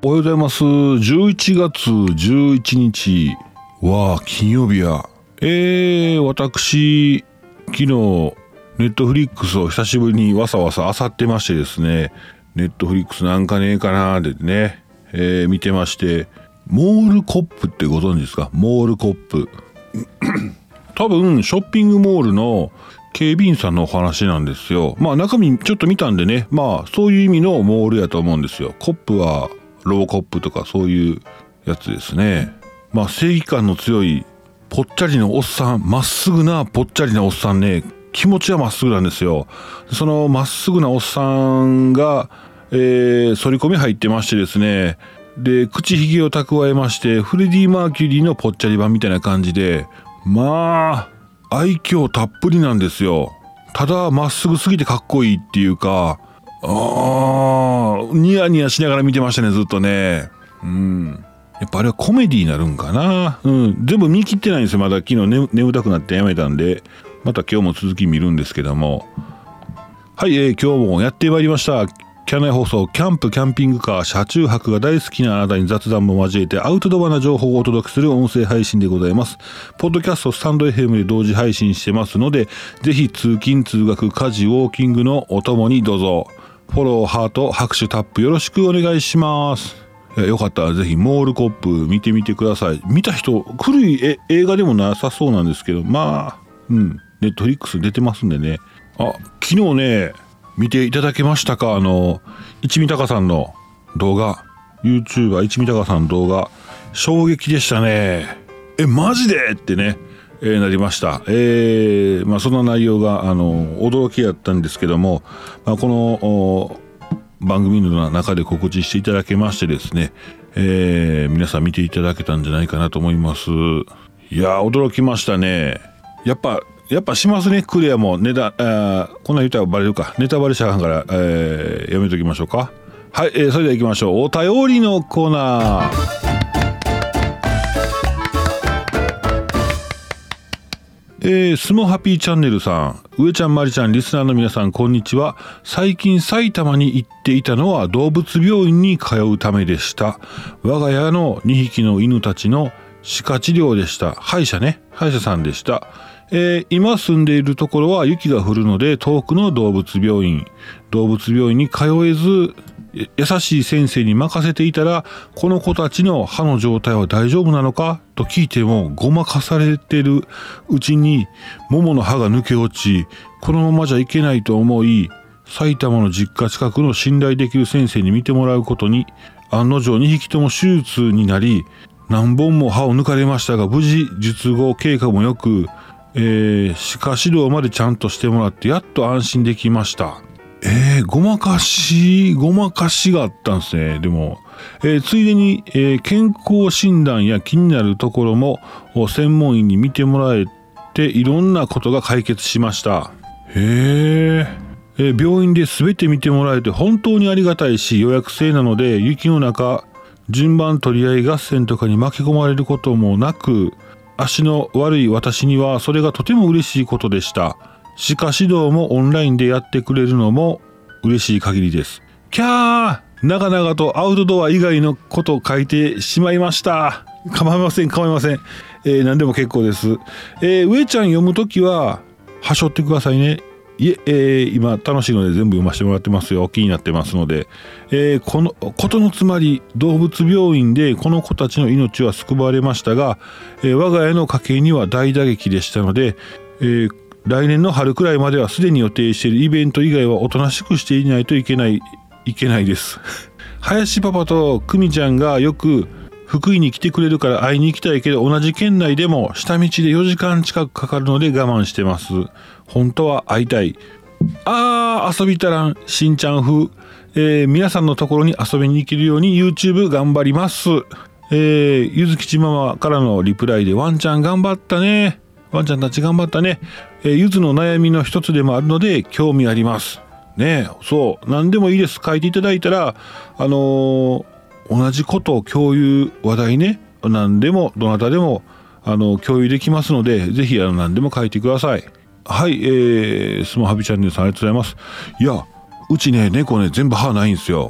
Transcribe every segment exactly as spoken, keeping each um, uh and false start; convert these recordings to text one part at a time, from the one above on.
おはようございます。じゅういちがつじゅういちにちは金曜日や。えー、私昨日ネットフリックスを久しぶりにわさわさ漁ってましてですね、ネットフリックスなんかねえかなーでね、えー、見てまして、モールコップってご存知ですか？モールコップ多分ショッピングモールの警備員さんのお話なんですよ。まあ中身ちょっと見たんでね、まあそういう意味のモールやと思うんですよ。コップはローコップとかそういうやつですね。まあ正義感の強いぽっちゃりのおっさん、まっすぐなぽっちゃりなおっさんね、気持ちはまっすぐなんですよ。そのまっすぐなおっさんが、えー、反り込み入ってましてですね、で口ひげを蓄えまして、フレディ・マーキュリーのぽっちゃり版みたいな感じで、まあ愛嬌たっぷりなんですよ。ただまっすぐすぎてかっこいいっていうか、あーニヤニヤしながら見てましたね、ずっとね。うんやっぱあれはコメディになるんかな。うん全部見切ってないんですよ。まだ昨日、ね、眠たくなってやめたんで、また今日も続き見るんですけども、はい、えー、今日もやってまいりました。キャナイ放送、キャンプ、キャンピングカー、車中泊が大好きなあなたに雑談も交えてアウトドアな情報をお届けする音声配信でございます。ポッドキャスト、スタンド エフエム で同時配信してますので、ぜひ通勤通学、家事、ウォーキングのお供にどうぞフォロー、ハート、拍手、タップよろしくお願いします。いやよかったらぜひモールコップ見てみてください。見た人、古いえ映画でもなさそうなんですけど、まあうんネットフリックス出てますんでね。あ、昨日ね見ていただけましたか？あの一味高さんの動画、 YouTuber 一味高さんの動画、衝撃でしたね。えマジでってね、えー、なりました。えー、まあそんな内容があの驚きやったんですけども、まあ、この番組の中で告知していただけましてですね、えー、皆さん見ていただけたんじゃないかなと思います。いや驚きましたね。やっぱやっぱしますね。クレアもネタ、あこんな言ったらバレるか、ネタバレしたから、えー、やめときましょうか。はい、えー、それでは行きましょう。お便りのコーナー。えー、スモハピーチャンネルさん、上ちゃんまりちゃん、リスナーの皆さん、こんにちは。最近埼玉に行っていたのは動物病院に通うためでした。我が家のにひきの犬たちの歯科治療でした。歯医者ね、歯医者さんでした。えー、今住んでいるところは雪が降るので遠くの動物病院動物病院に通えず、優しい先生に任せていたら、この子たちの歯の状態は大丈夫なのかと聞いてもごまかされてるうちにももの歯が抜け落ち、このままじゃいけないと思い、埼玉の実家近くの信頼できる先生に見てもらうことに。案の定にひきとも手術になり、何本も歯を抜かれましたが、無事術後経過もよく、えー、歯科指導までちゃんとしてもらってやっと安心できました。えー、ごまかしごまかしがあったんですね。でも、えー、ついでに、えー、健康診断や気になるところも専門医に見てもらえて、いろんなことが解決しました。へー、えー、病院で全て見てもらえて本当にありがたいし、予約制なので雪の中順番取り合い合戦とかに巻き込まれることもなく、足の悪い私にはそれがとても嬉しいことでした。歯科指導もオンラインでやってくれるのも嬉しい限りです。キャー、長々とアウトドア以外のことを書いてしまいました。構いません構いません、えー、何でも結構です。えー、上ちゃん読むときははしょってくださいね。いえ、えー、今楽しいので全部読ませてもらってますよ。気になってますので、えー、このことのつまり、動物病院でこの子たちの命は救われましたが、えー、我が家の家計には大打撃でしたので、えー、来年の春くらいまではすでに予定しているイベント以外はおとなしくしていないといけないいけないです林パパと久美ちゃんがよく福井に来てくれるから会いに行きたいけど、同じ県内でも下道でよじかん近くかかるので我慢してます。本当は会いたい。あー遊びたらんしんちゃん風、えー、皆さんのところに遊びに行けるように YouTube 頑張ります。えー、ゆずきちママからのリプライで、ワンちゃん頑張ったね、ワンちゃんたち頑張ったね、えー、ゆずの悩みの一つでもあるので興味ありますね。そう何でもいいです。書いていただいたら、あのー、同じことを共有、話題ね、何でもどなたでもあの共有できますので、ぜひあの何でも書いてください。はい、えー、スモハビチャンネルさんありがとうございます。いやうちね猫ね全部歯ないんですよ。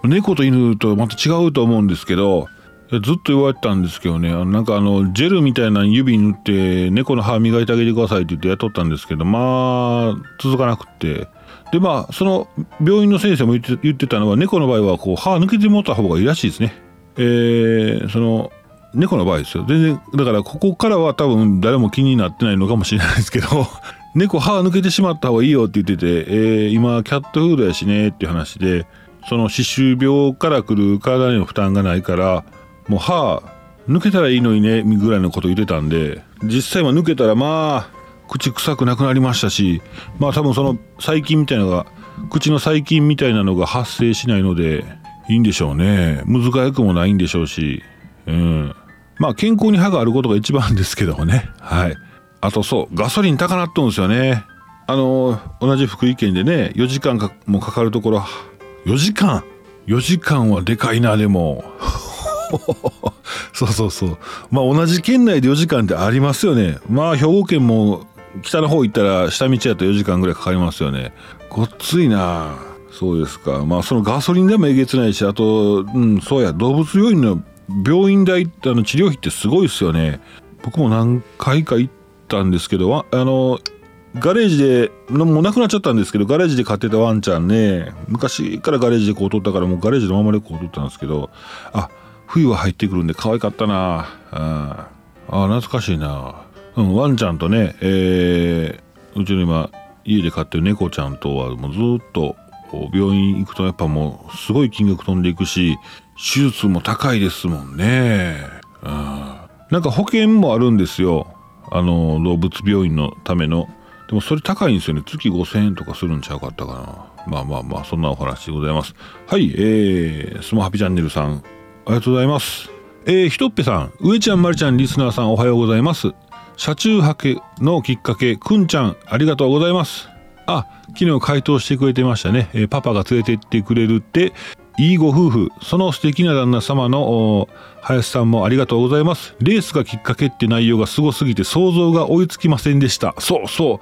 猫と犬とまた違うと思うんですけど、ずっと言われてたんですけどね、あのなんかあのジェルみたいな指に塗って猫の歯磨いてあげてくださいって言ってやっとったんですけど、まあ続かなくって、でまあその病院の先生も言って、言ってたのは、猫の場合はこう歯抜けてもらった方がいいらしいですね。えー、その猫の場合ですよ。全然だからここからは多分誰も気になってないのかもしれないですけど猫歯抜けてしまった方がいいよって言ってて、えー、今キャットフードやしねっていう話で、その歯周病から来る体への負担がないから、もう歯抜けたらいいのにねぐらいのこと言ってたんで、実際は抜けたらまあ口臭くなくなりましたし、まあ多分その細菌みたいなのが、口の細菌みたいなのが発生しないのでいいんでしょうね。むずがゆくもないんでしょうし、うん、まあ健康に歯があることが一番ですけどもね。はい。あとそうガソリン高なっとんですよね。あの同じ福井県でね、よじかんかもかかるところ、よじかんよじかんはでかいな。でもそうそうそう、まあ同じ県内でよじかんってありますよね。まあ兵庫県も北の方行ったら下道やったらよじかんぐらいかかりますよね。ごっついな。そうですか。まあそのガソリン代もえげつないし、あとうんそうや、動物病院の病院代、あの治療費ってすごいですよね。僕も何回か行ったんですけど、あのガレージでもうなくなっちゃったんですけど、ガレージで飼ってたワンちゃんね、昔からガレージでこう取ったから、もうガレージのままでこう取ったんですけど、あ、冬は入ってくるんで可愛かったなあ。あ、懐かしいな。うん、ワンちゃんとね、えー、うちの今家で飼ってる猫ちゃんとはもうずっと病院行くとやっぱもうすごい金額飛んでいくし、手術も高いですもんね。うん、なんか保険もあるんですよ、あの動物病院のための。でもそれ高いんですよね。月ごせんえんとかするんちゃうかったかな。まあまあまあ、そんなお話でございます。はい、えー、スマハピチャンネルさんありがとうございます。えー、ひとっぺさん、上ちゃんまりちゃんリスナーさんおはようございます。車中泊のきっかけ、くんちゃんありがとうございます。あ、昨日回答してくれてましたね。えー、パパが連れて行ってくれるっていいご夫婦、その素敵な旦那様の林さんもありがとうございます。レースがきっかけって内容がすごすぎて想像が追いつきませんでした。そうそう、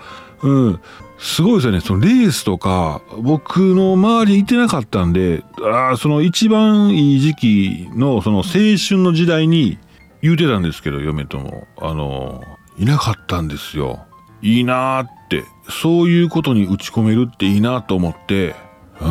うん、すごいですよね。そのレースとか僕の周りいてなかったんで、あ、その一番いい時期のその青春の時代に言うてたんですけど、嫁ともあのいなかったんですよ。いいなーって、そういうことに打ち込めるっていいなと思って、うん、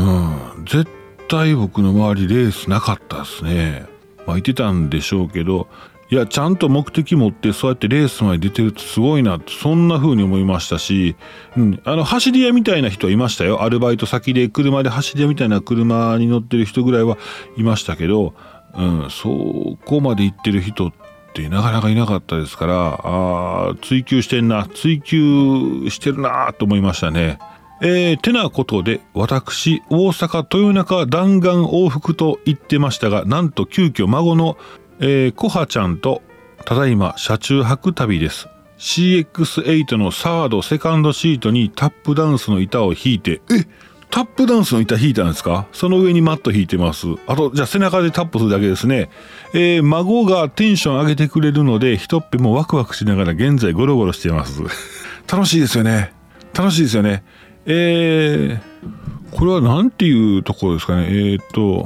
絶対僕の周りレースなかったですね。まあいてたんでしょうけど、いやちゃんと目的持ってそうやってレースまで出てるとすごいなって、そんな風に思いましたし、うん、あの走り屋みたいな人はいましたよ。アルバイト先で車で走り屋みたいな車に乗ってる人ぐらいはいましたけど、うん、そこまで行ってる人ってなかなかいなかったですから、あ、追求してんな、追求してるなと思いましたね。えー、てなことで私大阪豊中弾丸往復と言ってましたが、なんと急遽孫のえー、コハちゃんとただいま車中泊旅です。 シーエックスエイト のサードセカンドシートにタップダンスの板を引いて、えタップダンスの板引いたんですか？その上にマット引いてます。あとじゃあ背中でタップするだけですね。えー、孫がテンション上げてくれるのでひとっぺもワクワクしながら現在ゴロゴロしています楽しいですよね。楽しいですよね。えー、これはなんていうところですかね。えーっと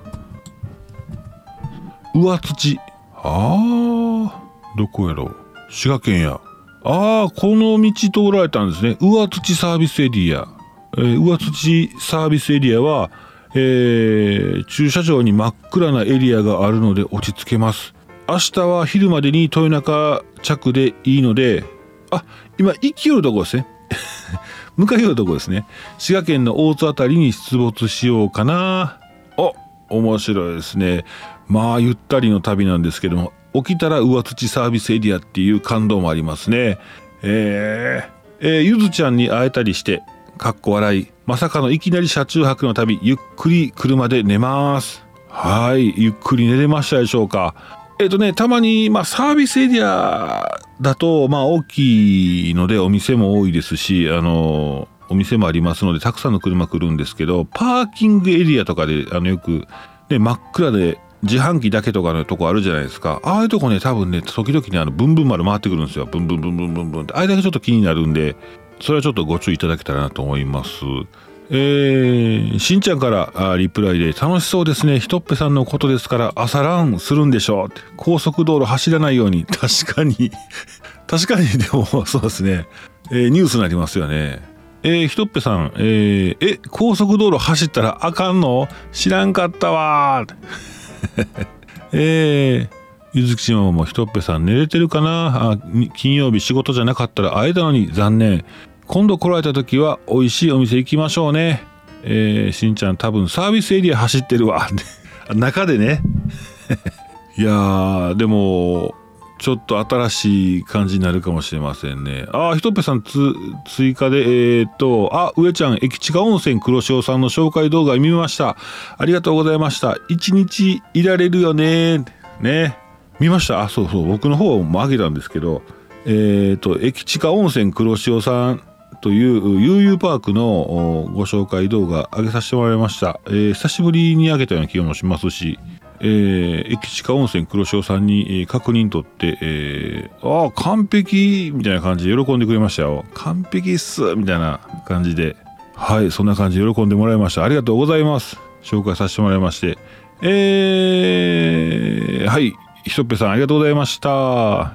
上土、あーどこやろう、滋賀県や。あーこの道通られたんですね。上土サービスエリア、えー、上土サービスエリアは、えー、駐車場に真っ暗なエリアがあるので落ち着けます。明日は昼までに豊中着でいいので、あ、今行きよるとこですね向かいよるとこですね。滋賀県の大津あたりに出没しようかな。お、面白いですね。まあゆったりの旅なんですけども、起きたら上土サービスエリアっていう感動もありますね。えー、えー、ゆずちゃんに会えたりしてかっこ笑い、まさかのいきなり車中泊の旅、ゆっくり車で寝ます。はい、ゆっくり寝れましたでしょうか。えっとね、たまに、まあ、サービスエリアだと、まあ、大きいのでお店も多いですし、あのお店もありますのでたくさんの車来るんですけど、パーキングエリアとかであのよく、ね、真っ暗で自販機だけとかのとこあるじゃないですか。ああいうとこね、多分ね、時々ね、あのブンブン丸回ってくるんですよ。ブンブンブンブンブンブンって、あれだけちょっと気になるんで、それはちょっとご注意いただけたらなと思います。 えー、しんちゃんからあリプライで楽しそうですね。ひとっぺさんのことですから朝ランするんでしょうって。高速道路走らないように。確かに確かにでもそうですね、えー、ニュースになりますよね。えー、ひとっぺさん、えー、え高速道路走ったらあかんの？知らんかったわーえー、ゆずきちママもひとっぺさん寝れてるかなあ。金曜日仕事じゃなかったら会えたのに残念。今度来られた時は美味しいお店行きましょうね。えー、しんちゃん多分サービスエリア走ってるわ中でねいやーでもちょっと新しい感じになるかもしれませんね。あーひとっぺさんつ追加でえー、っとあ上ちゃん駅近温泉黒潮さんの紹介動画見ました。ありがとうございました。一日いられるよねね見ました。あそうそう僕の方も上げたんですけどえー、っと駅近温泉黒潮さんという悠々パークのご紹介動画上げさせてもらいました。えー、久しぶりに上げたような気もしますし、えー、駅近温泉黒潮さんに、えー、確認取って、えー、ああ完璧みたいな感じで喜んでくれましたよ。完璧っすみたいな感じで、はいそんな感じで喜んでもらいました。ありがとうございます。紹介させてもらいまして、えー、はいひとっぺさんありがとうございました。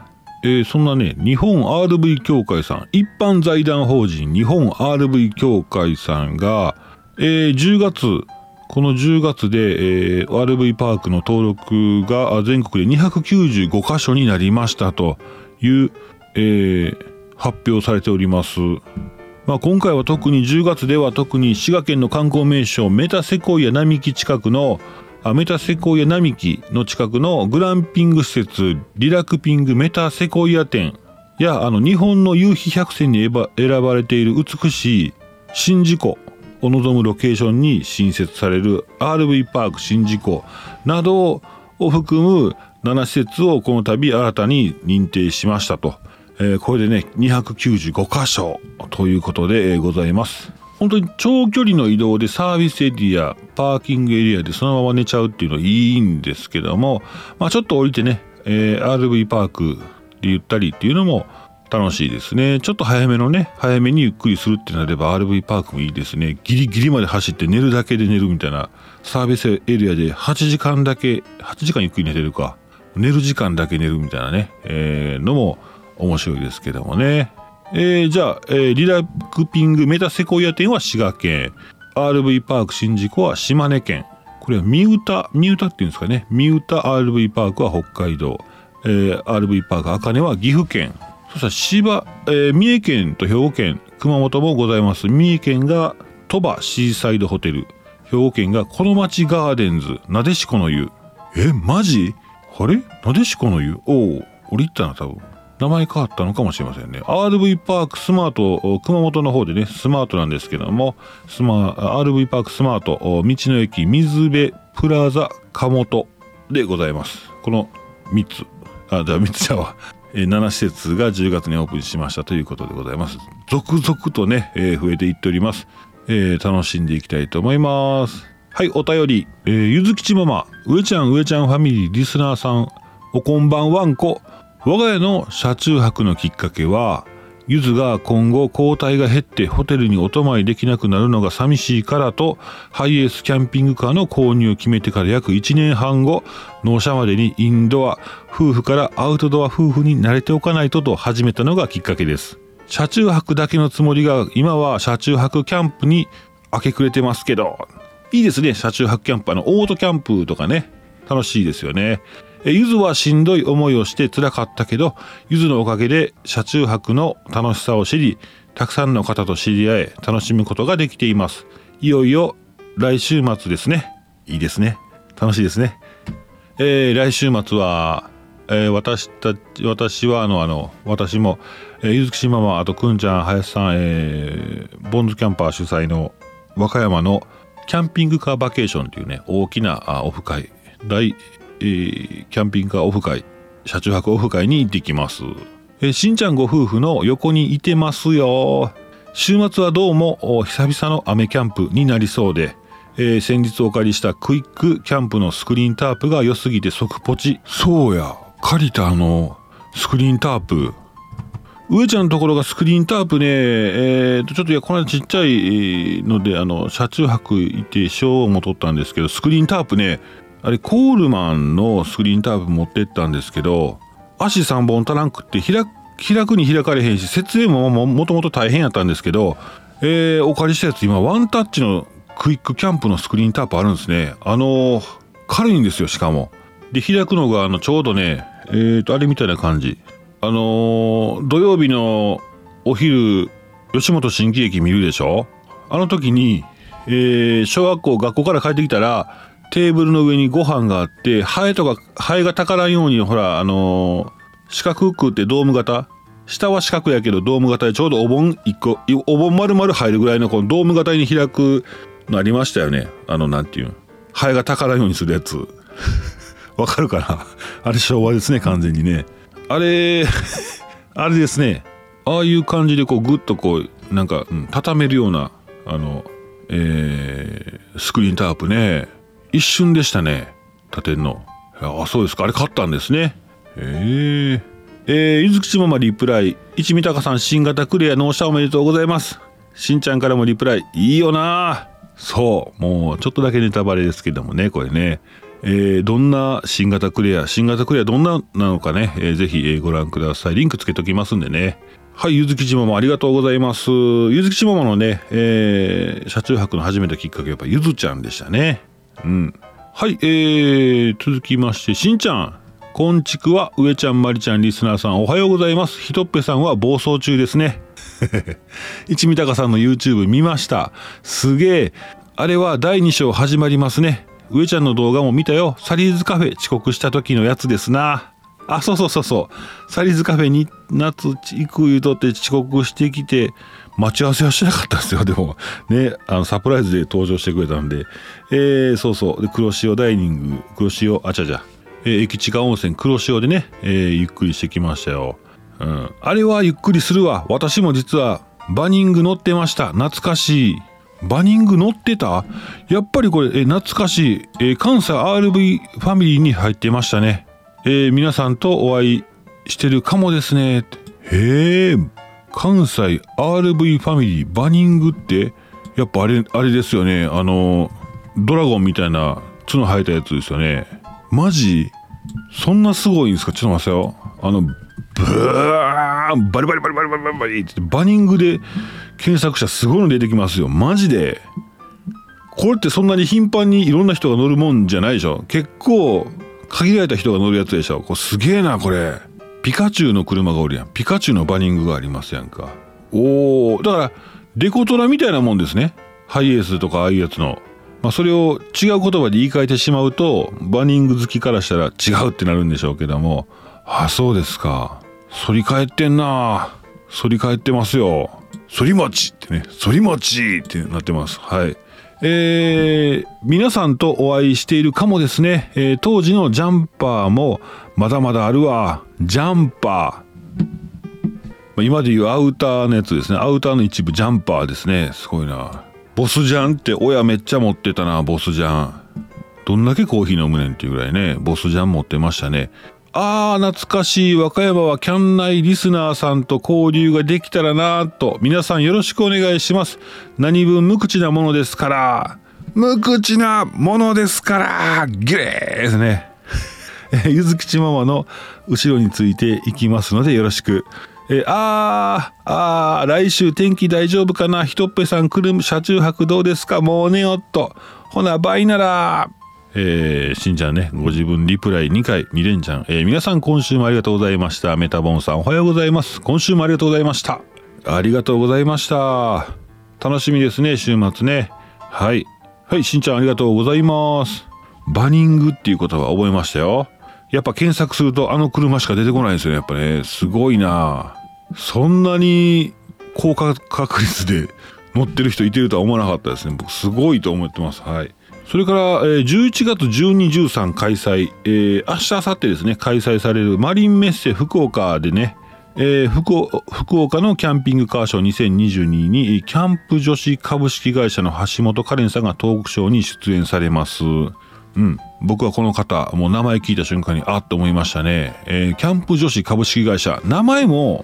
えー、そんなね日本 アールブイ 協会さん一般財団法人日本 アールブイ 協会さんが、えー、じゅうがつこのじゅうがつで、えー、アールブイ パークの登録が全国でにひゃくきゅうじゅうごカ所になりましたという、えー、発表されております。まあ、今回は特にじゅうがつでは特に滋賀県の観光名所メタセコイア並木近くのメタセコイア並木の近くのグランピング施設リラクピングメタセコイア店やあの日本の夕日百選に選ばれている美しい宍道湖を望むロケーションに新設される アールブイ パーク宍道湖などを含むなな施設をこの度新たに認定しましたと、えー、これでねにひゃくきゅうじゅうごカ所ということでございます。本当に長距離の移動でサービスエリアパーキングエリアでそのまま寝ちゃうっていうのはいいんですけども、まあ、ちょっと降りてね、えー、アールブイ パークでゆったりっていうのも楽しいですね。ちょっと早めのね早めにゆっくりするってなれば アールブイ パークもいいですね。ギリギリまで走って寝るだけで寝るみたいなサービスエリアではちじかんだけはちじかんゆっくり寝てるか寝る時間だけ寝るみたいなね、えー、のも面白いですけどもね。えー、じゃあ、えー、リラクピングメタセコイア店は滋賀県 アールブイ パーク宍道湖は島根県これは三歌三歌っていうんですかね三歌 アールブイ パークは北海道、えー、アールブイ パーク茜は岐阜県そしたら芝、えー、三重県と兵庫県熊本もございます。三重県が鳥羽シーサイドホテル兵庫県がこの町ガーデンズなでしこの湯えマジあれなでしこの湯おお俺行ったな多分名前変わったのかもしれませんね。 アールブイ パークスマート熊本の方でねスマートなんですけどもスマ アールブイ パークスマート道の駅水辺プラザ鴨本でございます。このみっつあじゃあみっつじゃあなな施設がじゅうがつにオープンしましたということでございます。続々とね、えー、増えていっております、えー、楽しんでいきたいと思います。はいお便り、えー、ゆずきちママ上ちゃん上ちゃんファミリーリスナーさんおこんばんわんこ我が家の車中泊のきっかけはゆずが今後交代が減ってホテルにお泊まりできなくなるのが寂しいからとハイエースキャンピングカーの購入を決めてから約いちねんはん後納車までにインドア夫婦からアウトドア夫婦に慣れておかないとと始めたのがきっかけです。車中泊だけのつもりが今は車中泊キャンプに明け暮れてますけどいいですね。車中泊キャンプあのオートキャンプとかね楽しいですよね。ゆずはしんどい思いをして辛かったけどゆずのおかげで車中泊の楽しさを知りたくさんの方と知り合え楽しむことができています。いよいよ来週末ですね。いいですね楽しいですね、えー、来週末は、えー、私たち私はあのあの私も、えー、ゆずきしママあとくんちゃん林さん、えー、ボンズキャンパー主催の和歌山のキャンピングカーバケーションというね大きなあオフ会大えー、キャンピングカーオフ会車中泊オフ会に行ってきます。えー、しんちゃんご夫婦の横にいてますよ。週末はどうも久々の雨キャンプになりそうで、えー、先日お借りしたクイックキャンプのスクリーンタープが良すぎて即ポチ。そうや借りたあのスクリーンタープ上ちゃんのところがスクリーンタープね、えー、とちょっといやこの間ちっちゃいのであの車中泊行って賞も取ったんですけど、スクリーンタープね、あれコールマンのスクリーンタープ持ってったんですけど、足さんぼん足らんくって開く開くに開かれへんし、設営もももともと大変やったんですけど、えー、お借りしたやつ今ワンタッチのクイックキャンプのスクリーンタープあるんですね。あのー、軽いんですよ。しかもで開くのがあのちょうどね、えーとあれみたいな感じ。あのー、土曜日のお昼吉本新喜劇見るでしょ。あの時に、えー、小学校学校から帰ってきたらテーブルの上にご飯があって、ハエとかハエがたからんようにほらあのー、四角くってドーム型、下は四角やけどドーム型でちょうどお盆いっこお盆丸々入るぐらいのこのドーム型に開くのありましたよね。あのなんていうハエがたからんようにするやつわかるかな。あれ昭和ですね完全にね。あれあれですね、ああいう感じでこうグッとこうなんか、うん、畳めるようなあの、えー、スクリーンタープね、一瞬でしたね立てんの。あ、そうですか、あれ買ったんですね。えー、えー、ゆずきちママリプライ、一味高さん新型クレア納車おめでとうございます。しんちゃんからもリプライ、いいよな。そう、もうちょっとだけネタバレですけどもね、これね、えー、どんな新型クレア新型クレアどんななのかね、えー、ぜひ、えー、ご覧ください。リンクつけときますんでね。はい、ゆずきちママありがとうございます。ゆずきちママのね、えー、車中泊の始めたきっかけはやっぱゆずちゃんでしたね。うん。はい、えー、続きましてしんちゃん、こんちくは上ちゃんまりちゃんリスナーさんおはようございます。ひとっぺさんは暴走中ですね一味高さんの YouTube 見ました。すげえ、あれはだいに章始まりますね。上ちゃんの動画も見たよ。サリーズカフェ遅刻した時のやつですな。あ、そうそうそうそう、サリーズカフェに夏行く言うとって遅刻してきて待ち合わせはしなかったんですよ。でもね、あのサプライズで登場してくれたんで、えー、そうそうで黒潮ダイニング黒潮あちゃじゃ、えー、駅近温泉黒潮でね、えー、ゆっくりしてきましたよ。うん、あれはゆっくりするわ。私も実はバニング乗ってました。懐かしい。バニング乗ってた？やっぱりこれえ懐かしい、えー、関西 アールブイ ファミリーに入ってましたね。えー、皆さんとお会いしてるかもですね。へえ、関西 アールブイ ファミリーバニングってやっぱあれあれですよね。あのドラゴンみたいな角生えたやつですよね。マジそんなすごいんですか？ちょっと待ってよ。あのブーンバリバリバリバリバリバリバリってバニングで検索したらすごいの出てきますよ。マジでこれってそんなに頻繁にいろんな人が乗るもんじゃないでしょ。結構限られた人が乗るやつでしょ。これすげえな。これピカチュウの車がおるやん。ピカチュウのバニングがありますやんか。おー、だからデコトラみたいなもんですね。ハイエースとかああいうやつの、まあ、それを違う言葉で言い換えてしまうとバニング好きからしたら違うってなるんでしょうけども、あ、そうですか。反り返ってんな。反り返ってますよ。反り餅ってね、反り餅ってなってます。はい。えー、皆さんとお会いしているかもですね。えー、当時のジャンパーもまだまだあるわ。ジャンパー、今でいうアウターのやつですね。アウターの一部ジャンパーですね。すごいな。ボスジャンって親めっちゃ持ってたな。ボスジャンどんだけコーヒー飲むねんっていうぐらいね、ボスジャン持ってましたね。あー、懐かしい。和歌山はキャン内リスナーさんと交流ができたらなーと。皆さんよろしくお願いします。何分無口なものですから。無口なものですから。ギレーですね。ゆずきちママの後ろについていきますのでよろしく。えあーあー来週天気大丈夫かな。ひとっぺさん来る車中泊どうですか。もうねよっと。ほなバイなら。えー、しんちゃんね、ご自分リプライにかい、に連ちゃん、えー、皆さん今週もありがとうございました。メタボンさんおはようございます。今週もありがとうございました。ありがとうございました。楽しみですね、週末ね。はいはい、しんちゃんありがとうございます。バニングっていう言葉覚えましたよ。やっぱ検索するとあの車しか出てこないんですよね。やっぱね、すごいな。そんなに高確率で乗ってる人いてるとは思わなかったですね。僕すごいと思ってます。はい。それから、えー、じゅういちがつじゅうに、じゅうさん開催、えー、明日明後日ですね開催されるマリンメッセ福岡でね、えー、福, 福岡のキャンピングカーショーにせんにじゅうににキャンプ女子株式会社の橋本カレンさんがトークショーに出演されます。うん、僕はこの方もう名前聞いた瞬間にあっと思いましたね。えー、キャンプ女子株式会社、名前も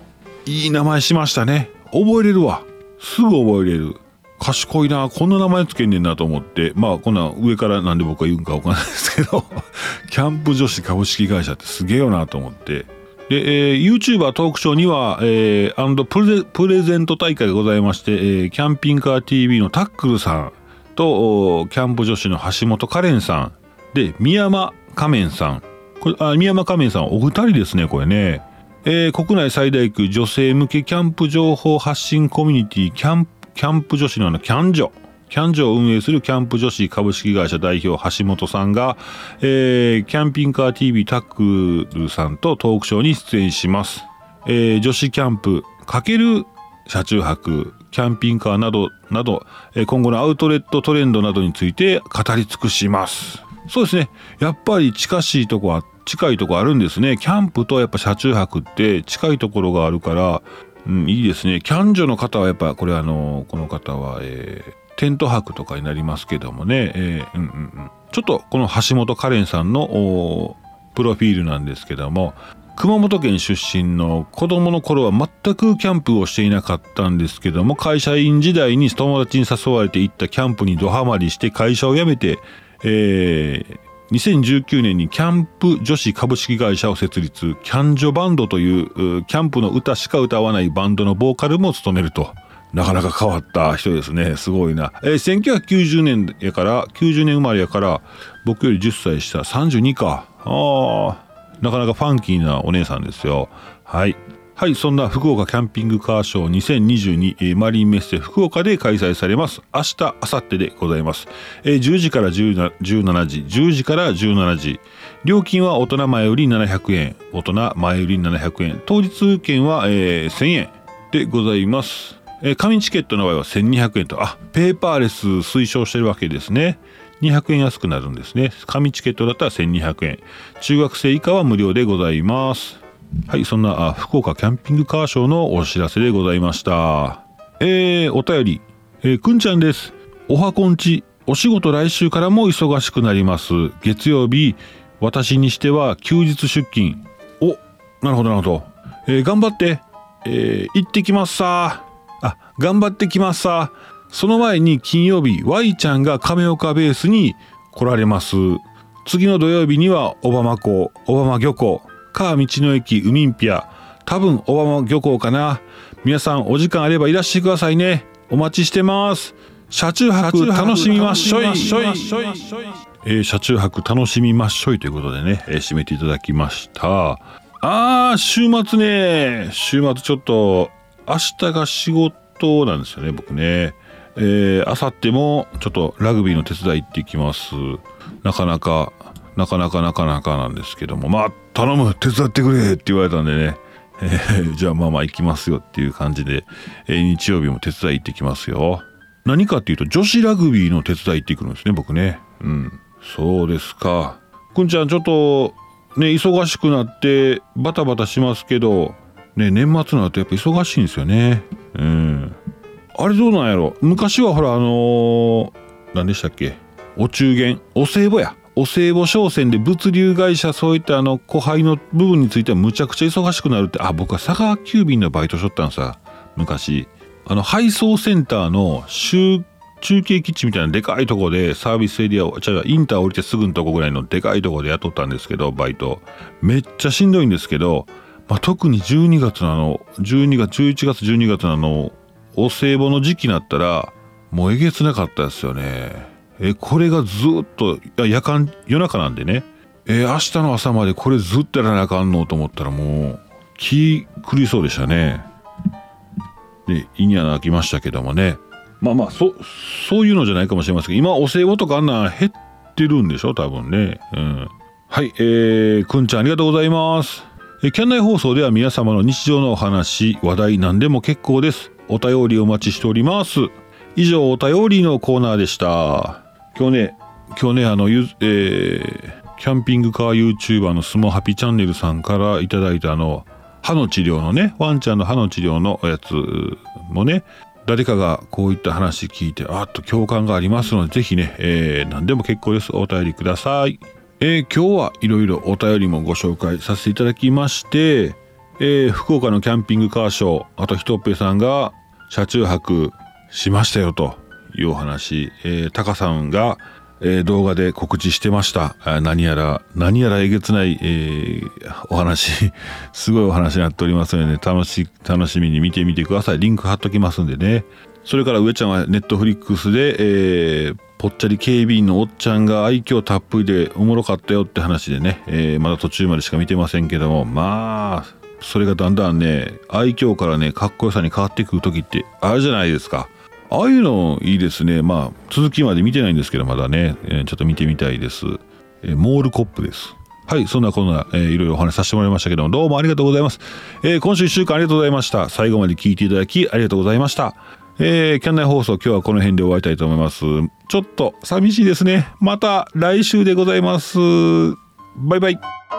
いい名前しましたね。覚えれるわ。すぐ覚えれる。賢いな、こんな名前つけんねんなと思って、まあこんな上からなんで僕が言うんかわかんないですけどキャンプ女子株式会社ってすげえよなと思って、で、えー、YouTuber トークショーには、えー、アンドプレ、プレゼント大会がございまして、えー、キャンピングカー ティーブイ のタックルさんとキャンプ女子の橋本カレンさんで、宮山仮面さん、これあ宮山仮面さんお二人ですね、これね。えー、国内最大級女性向けキャンプ情報発信コミュニティキャンプキャンプ女子のあのキャンジョキャンジョを運営するキャンプ女子株式会社代表橋本さんが、えー、キャンピングカー ティーブイ タックルさんとトークショーに出演します。えー、女子キャンプ×車中泊キャンピングカーなどなど、えー、今後のアウトレットトレンドなどについて語り尽くします。そうですね、やっぱり近しいとこは近いとこあるんですね。キャンプとやっぱ車中泊って近いところがあるから、うん、いいですね。キャンジョの方はやっぱこれあのこの方は、えー、テント泊とかになりますけどもね、えーうんうんうん、ちょっとこの橋本カレンさんのプロフィールなんですけども、熊本県出身の子供の頃は全くキャンプをしていなかったんですけども、会社員時代に友達に誘われて行ったキャンプにドハマりして会社を辞めて、えーにせんじゅうきゅうねんにキャンプ女子株式会社を設立。キャンジョバンドというキャンプの歌しか歌わないバンドのボーカルも務めると。なかなか変わった人ですね。すごいな。えー、せんきゅうひゃくきゅうじゅうねんやからきゅうじゅうねん生まれやから僕よりじゅっさい下さんじゅうにか。あなかなかファンキーなお姉さんですよ。はいはい、そんな福岡キャンピングカーショーにせんにじゅうに、えー、マリンメッセ福岡で開催されます。明日、明後日でございます。えー、じゅうじからじゅうしちじ、じゅうじからじゅうしちじ。料金は大人前よりななひゃくえん、大人前よりななひゃくえん、当日券は、えー、せんえんでございます。えー、紙チケットの場合はせんにひゃくえんと、あ、ペーパーレス推奨してるわけですね。にひゃくえん安くなるんですね。紙チケットだったらせんにひゃくえん。中学生以下は無料でございます。はい、そんな福岡キャンピングカーショーのお知らせでございました。えー、お便り、えー、くんちゃんです。おはこんち、お仕事来週からも忙しくなります。月曜日、私にしては休日出勤。お、なるほどなるほど。えー、頑張って、えー、行ってきますさ。あ、頑張ってきますさ。その前に金曜日、Y ちゃんが亀岡ベースに来られます。次の土曜日には小浜港、小浜漁港、か道の駅ウミンピア、多分小浜漁港かな。皆さんお時間あればいらしてくださいね。お待ちしてます。車中泊楽しみましょい。えー、車中泊楽しみましょいということでね、えー、締めていただきました。あー、週末ね、週末ちょっと明日が仕事なんですよね、僕ね。えー、明後日もちょっとラグビーの手伝い行ってきます。なかなかなかなかなかなかなんですけども、まあ頼む、手伝ってくれって言われたんでね、えー、じゃあまあまあ行きますよっていう感じで、えー、日曜日も手伝い行ってきますよ。何かっていうと女子ラグビーの手伝い行ってくるんですね、僕ね。うん、そうですか。くんちゃんちょっとね忙しくなってバタバタしますけどね、年末になるとやっぱ忙しいんですよね。うん。あれどうなんやろ。昔はほらあのー、何でしたっけ、お中元、お歳暮や。お歳暮商戦で物流会社、そういったあの後輩の部分についてはむちゃくちゃ忙しくなるって。あ、僕は佐川急便のバイトしとったんさ、昔。あの配送センターの中中継基地みたいなでかいとこでサービスエリアを、じゃあインター降りてすぐのとこぐらいのでかいとこで雇ったんですけど、バイトめっちゃしんどいんですけど、まあ、特にじゅうにがつのあのじゅうにがつじゅういちがつじゅうにがつのあのお歳暮の時期になったらもうえげつなかったですよね。えこれがずっと夜間夜中なんでね、えー、明日の朝までこれずっとやらなあかんのと思ったらもう気狂いそうでしたね。で胃には泣きましたけどもね。まあまあそそういうのじゃないかもしれませんけど、今お歳暮とかあんな減ってるんでしょ多分ね。うん、はい、えー、くんちゃんありがとうございます。えキャンナイ放送では皆様の日常のお話話題何でも結構です。お便りお待ちしております。以上お便りのコーナーでした。今日ね、今日ね、あの、ゆえー、キャンピングカー YouTuber のスモハピチャンネルさんからいただいたあの、歯の治療のね、ワンちゃんの歯の治療のやつもね、誰かがこういった話聞いて、あっと共感がありますので、ぜひね、えー、何でも結構です。お便りください。えー、今日はいろいろお便りもご紹介させていただきまして、 えー、福岡のキャンピングカーショー、あとひとっぺさんが車中泊しましたよというお話、えー、タカさんが、えー、動画で告知してました。何やら何やらえげつない、えー、お話すごいお話になっておりますので、ね、楽し楽しみに見てみてください。リンク貼っときますんでね。それから上ちゃんはネットフリックスで、えー、ぽっちゃり警備員のおっちゃんが愛嬌たっぷりでおもろかったよって話でね、えー、まだ途中までしか見てませんけども、まあそれがだんだんね愛嬌からねかっこよさに変わってくる時ってあるじゃないですか。ああいうのいいですね。まあ続きまで見てないんですけどまだね、えー、ちょっと見てみたいです。えー、モールコップです。はい、そんなこんな、えー、いろいろお話しさせてもらいましたけども、どうもありがとうございます。えー、今週いっしゅうかんありがとうございました。最後まで聞いていただきありがとうございました。えー、キャンナイ放送今日はこの辺で終わりたいと思います。ちょっと寂しいですね。また来週でございます。バイバイ。